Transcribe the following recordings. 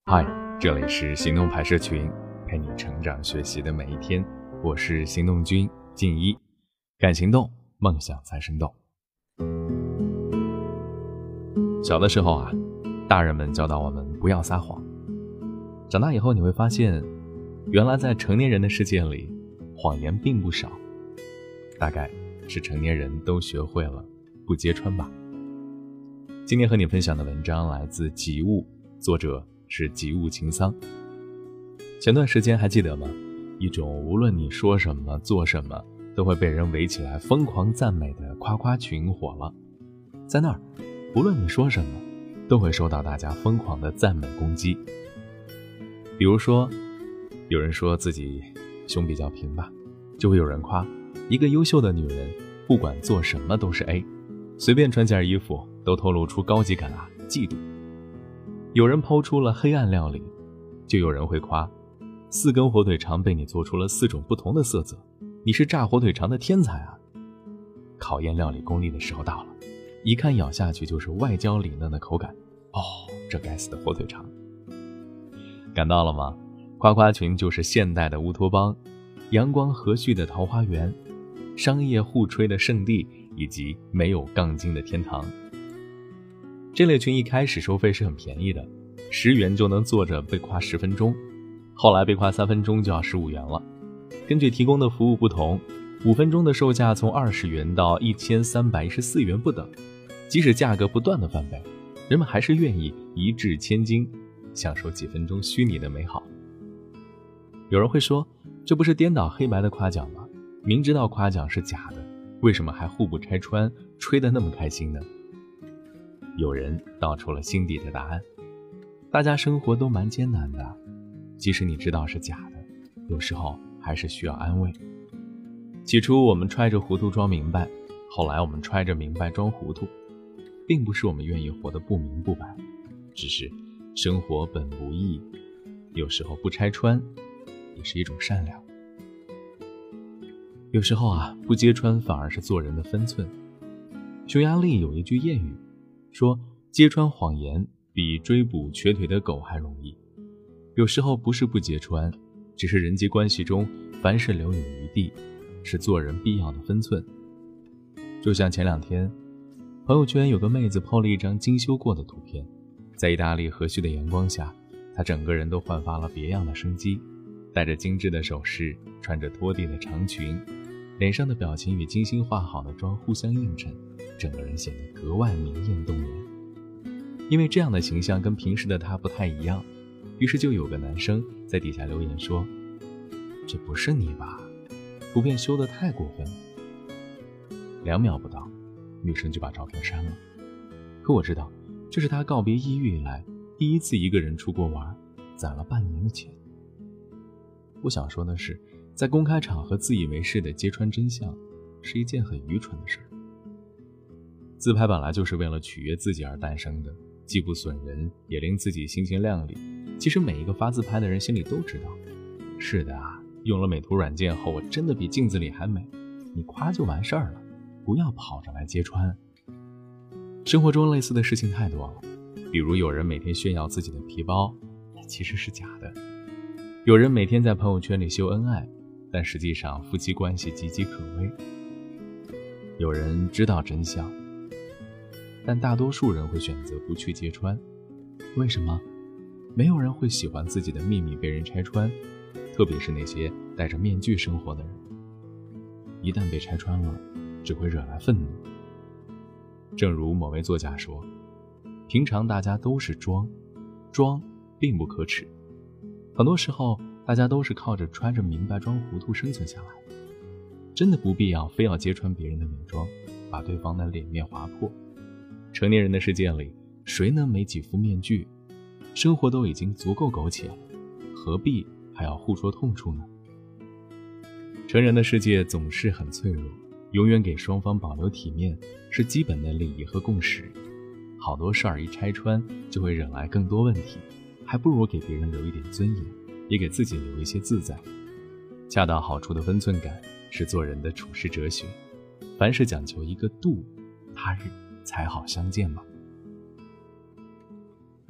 嗨，这里是行动派社群，陪你成长学习的每一天。我是行动君静一，敢行动，梦想才生动。小的时候啊，大人们教导我们不要撒谎。长大以后你会发现，原来在成年人的世界里，谎言并不少。大概是成年人都学会了不揭穿吧。今天和你分享的文章来自及物，作者是及物情桑。前段时间还记得吗？一种无论你说什么做什么都会被人围起来疯狂赞美的夸夸群火了。在那儿，无论你说什么都会受到大家疯狂的赞美攻击。比如说，有人说自己胸比较平吧，就会有人夸一个优秀的女人不管做什么都是 A， 随便穿件衣服都透露出高级感啊，嫉妒。有人抛出了黑暗料理，就有人会夸4根火腿肠被你做出了4种不同的色泽，你是炸火腿肠的天才啊。考验料理功力的时候到了，一看咬下去就是外焦里嫩的口感，这该死的火腿肠。感到了吗？夸夸群就是现代的乌托邦，阳光和煦的桃花源，商业互吹的圣地，以及没有杠精的天堂。这类群一开始收费是很便宜的，10元就能坐着被夸10分钟，后来被夸3分钟就要15元了。根据提供的服务不同，5分钟的售价从20元到1314元不等。即使价格不断的翻倍，人们还是愿意一掷千金，享受几分钟虚拟的美好。有人会说，这不是颠倒黑白的夸奖吗？明知道夸奖是假的，为什么还互不拆穿，吹得那么开心呢？有人道出了心底的答案，大家生活都蛮艰难的，即使你知道是假的，有时候还是需要安慰。起初我们揣着糊涂装明白，后来我们揣着明白装糊涂，并不是我们愿意活得不明不白，只是生活本无易，有时候不拆穿也是一种善良。有时候啊，不揭穿反而是做人的分寸。匈牙利有一句谚语说，揭穿谎言比追捕瘸腿的狗还容易。有时候不是不揭穿，只是人际关系中凡事留有余地，是做人必要的分寸。就像前2天朋友圈有个妹子抛了一张精修过的图片，在意大利和煦的阳光下，她整个人都焕发了别样的生机，戴着精致的首饰，穿着拖地的长裙，脸上的表情与精心化好的妆互相映衬，整个人显得格外明艳动人。因为这样的形象跟平时的她不太一样，于是就有个男生在底下留言说，这不是你吧，图片修得太过分了。2秒不到，女生就把照片删了。可我知道，这是她告别抑郁以来第一次一个人出国玩，攒了半年的钱。我想说的是，在公开场合自以为是的揭穿真相，是一件很愚蠢的事儿。自拍本来就是为了取悦自己而诞生的，既不损人，也令自己心情靓丽。其实每一个发自拍的人心里都知道，是的啊，用了美图软件后，我真的比镜子里还美。你夸就完事儿了，不要跑着来揭穿。生活中类似的事情太多了，比如有人每天炫耀自己的皮包，其实是假的；有人每天在朋友圈里秀恩爱，但实际上夫妻关系岌岌可危；有人知道真相，但大多数人会选择不去揭穿。为什么？没有人会喜欢自己的秘密被人拆穿，特别是那些戴着面具生活的人。一旦被拆穿了，只会惹来愤怒。正如某位作家说，平常大家都是装并不可耻。很多时候大家都是靠着穿着明白装糊涂生存下来的，真的不必要非要揭穿别人的伪装，把对方的脸面划破。成年人的世界里，谁能没几副面具？生活都已经足够苟且了，何必还要互说痛处呢？成人的世界总是很脆弱，永远给双方保留体面是基本的礼仪和共识。好多事儿一拆穿就会惹来更多问题，还不如给别人留一点尊严，也给自己留一些自在。恰到好处的分寸感是做人的处世哲学，凡事讲求一个度，他日才好相见嘛。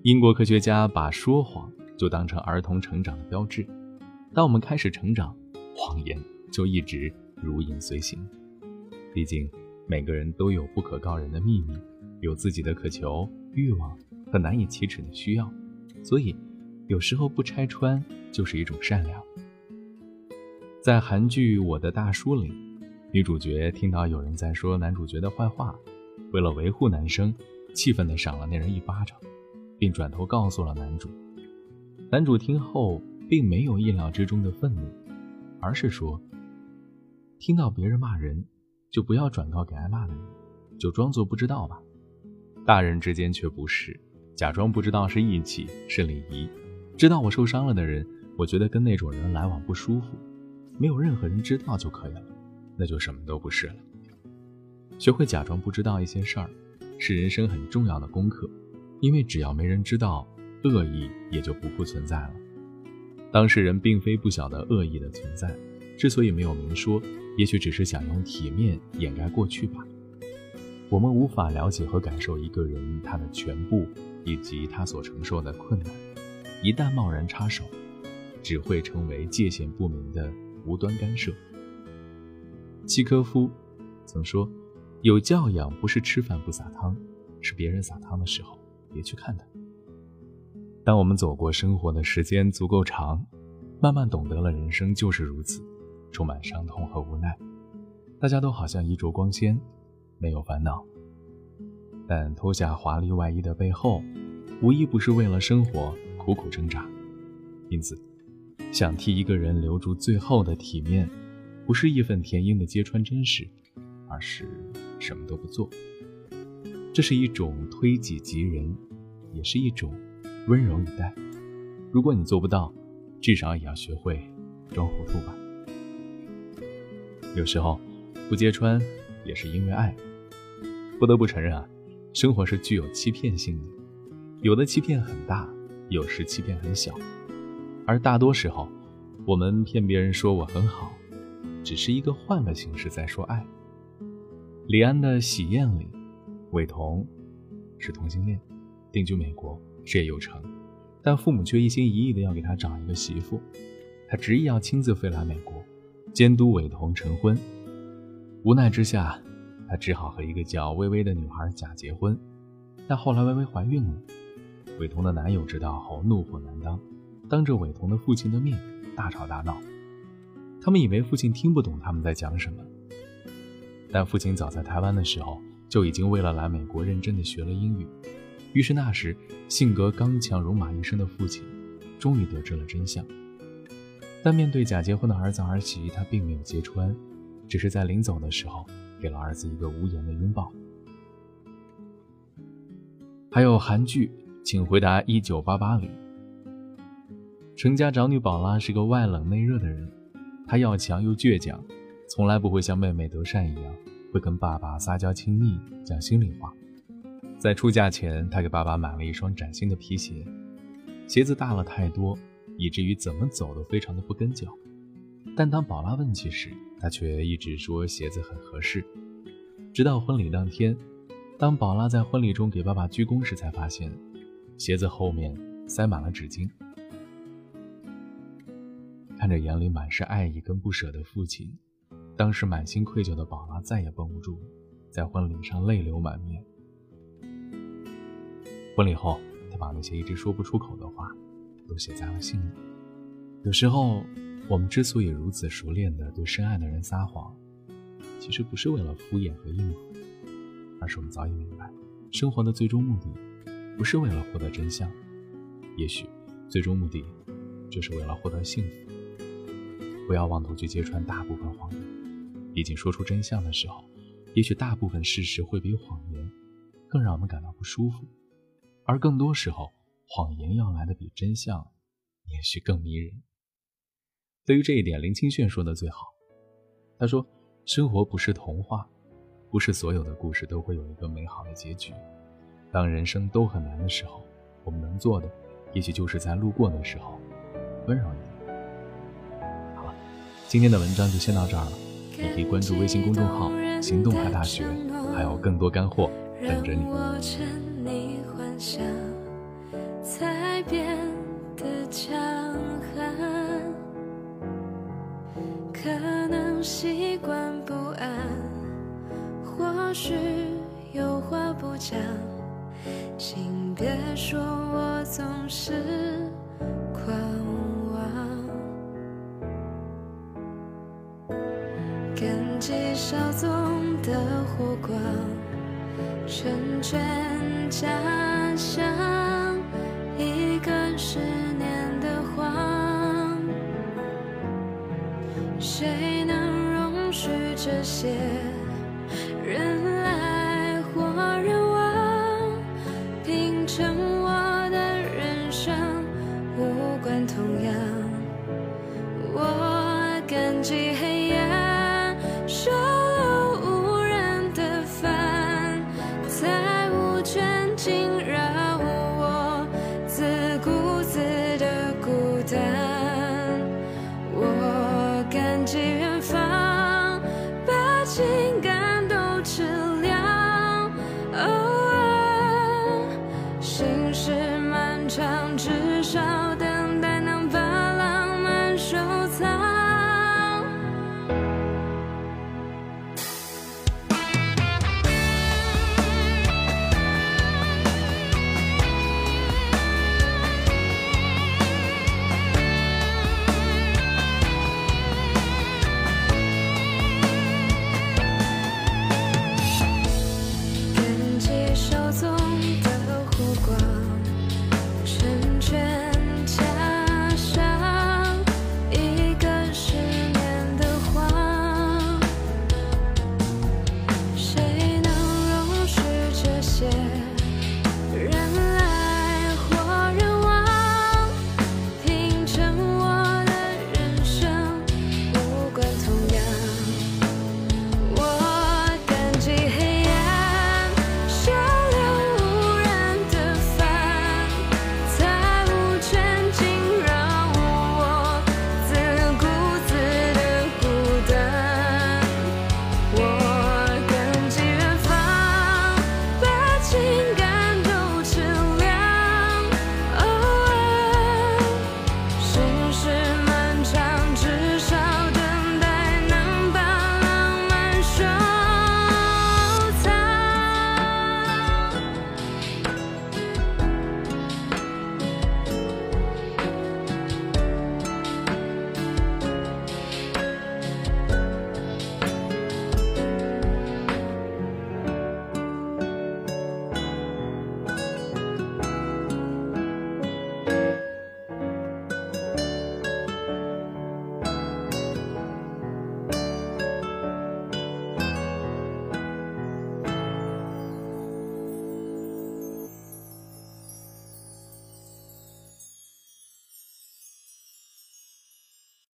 英国科学家把说谎就当成儿童成长的标志，当我们开始成长，谎言就一直如影随形。毕竟每个人都有不可告人的秘密，有自己的渴求、欲望和难以启齿的需要，所以有时候不拆穿就是一种善良。在韩剧《我的大叔》里，女主角听到有人在说男主角的坏话，为了维护男生，气愤地赏了那人一巴掌，并转头告诉了男主。男主听后并没有意料之中的愤怒，而是说，听到别人骂人就不要转告给挨骂的人，就装作不知道吧。大人之间却不是，假装不知道是义气，是礼仪。知道我受伤了的人，我觉得跟那种人来往不舒服，没有任何人知道就可以了，那就什么都不是了。学会假装不知道一些事儿，是人生很重要的功课，因为只要没人知道，恶意也就不复存在了。当事人并非不晓得恶意的存在，之所以没有明说，也许只是想用体面掩盖过去吧。我们无法了解和感受一个人他的全部，以及他所承受的困难，一旦贸然插手，只会成为界限不明的无端干涉。契科夫曾说，有教养不是吃饭不撒汤，是别人撒汤的时候别去看他。当我们走过生活的时间足够长，慢慢懂得了人生就是如此，充满伤痛和无奈。大家都好像衣着光鲜，没有烦恼，但脱下华丽外衣的背后，无一不是为了生活苦苦挣扎。因此，想替一个人留住最后的体面，不是义愤填膺的揭穿真实，而是什么都不做。这是一种推己及人，也是一种温柔以待。如果你做不到，至少也要学会装糊涂吧。有时候不揭穿也是因为爱。不得不承认啊，生活是具有欺骗性的，有的欺骗很大，有时欺骗很小，而大多时候我们骗别人说我很好，只是一个换个形式在说爱。李安的《喜宴》里，伟彤是同性恋，定居美国，事业有成，但父母却一心一意的要给他找一个媳妇，他执意要亲自飞来美国，监督伟彤成婚。无奈之下，他只好和一个叫薇薇的女孩假结婚，但后来薇薇怀孕了。伟彤的男友知道后怒火难当，当着伟彤的父亲的面大吵大闹。他们以为父亲听不懂他们在讲什么，但父亲早在台湾的时候就已经为了来美国认真的学了英语。于是那时性格刚强戎马一生的父亲终于得知了真相。但面对假结婚的儿子儿媳，他并没有揭穿，只是在临走的时候给了儿子一个无言的拥抱。还有韩剧请回答1988里，成家长女宝拉是个外冷内热的人，她要强又倔强，从来不会像妹妹德善一样会跟爸爸撒娇亲昵讲心里话。在出嫁前，她给爸爸买了一双崭新的皮鞋，鞋子大了太多，以至于怎么走都非常的不跟脚。但当宝拉问起时，她却一直说鞋子很合适。直到婚礼当天，当宝拉在婚礼中给爸爸鞠躬时，才发现鞋子后面塞满了纸巾。看着眼里满是爱意跟不舍的父亲，当时满心愧疚的宝拉再也绷不住了，在婚礼上泪流满面。婚礼后，他把那些一直说不出口的话都写在了信里。有时候我们之所以如此熟练地对深爱的人撒谎，其实不是为了敷衍和应付，而是我们早已明白，生活的最终目的不是为了获得真相，也许最终目的就是为了获得幸福。不要妄图去揭穿大部分谎言，毕竟说出真相的时候，也许大部分事实会比谎言更让我们感到不舒服，而更多时候，谎言要来的比真相也许更迷人。对于这一点，林清炫说的最好。他说，生活不是童话，不是所有的故事都会有一个美好的结局。当人生都很难的时候，我们能做的也许就是在路过的时候温柔一点。好了，今天的文章就先到这儿了，你可以关注微信公众号行动派大学，还有更多干货等着你。 才变得强悍，可能习惯不安，或许有话不讲，请别说我总是狂妄。感激稍纵的火光，成全假象，一个10年的谎，谁能容许这些人来或人往，拼成我的人生无关痛痒。我感激黑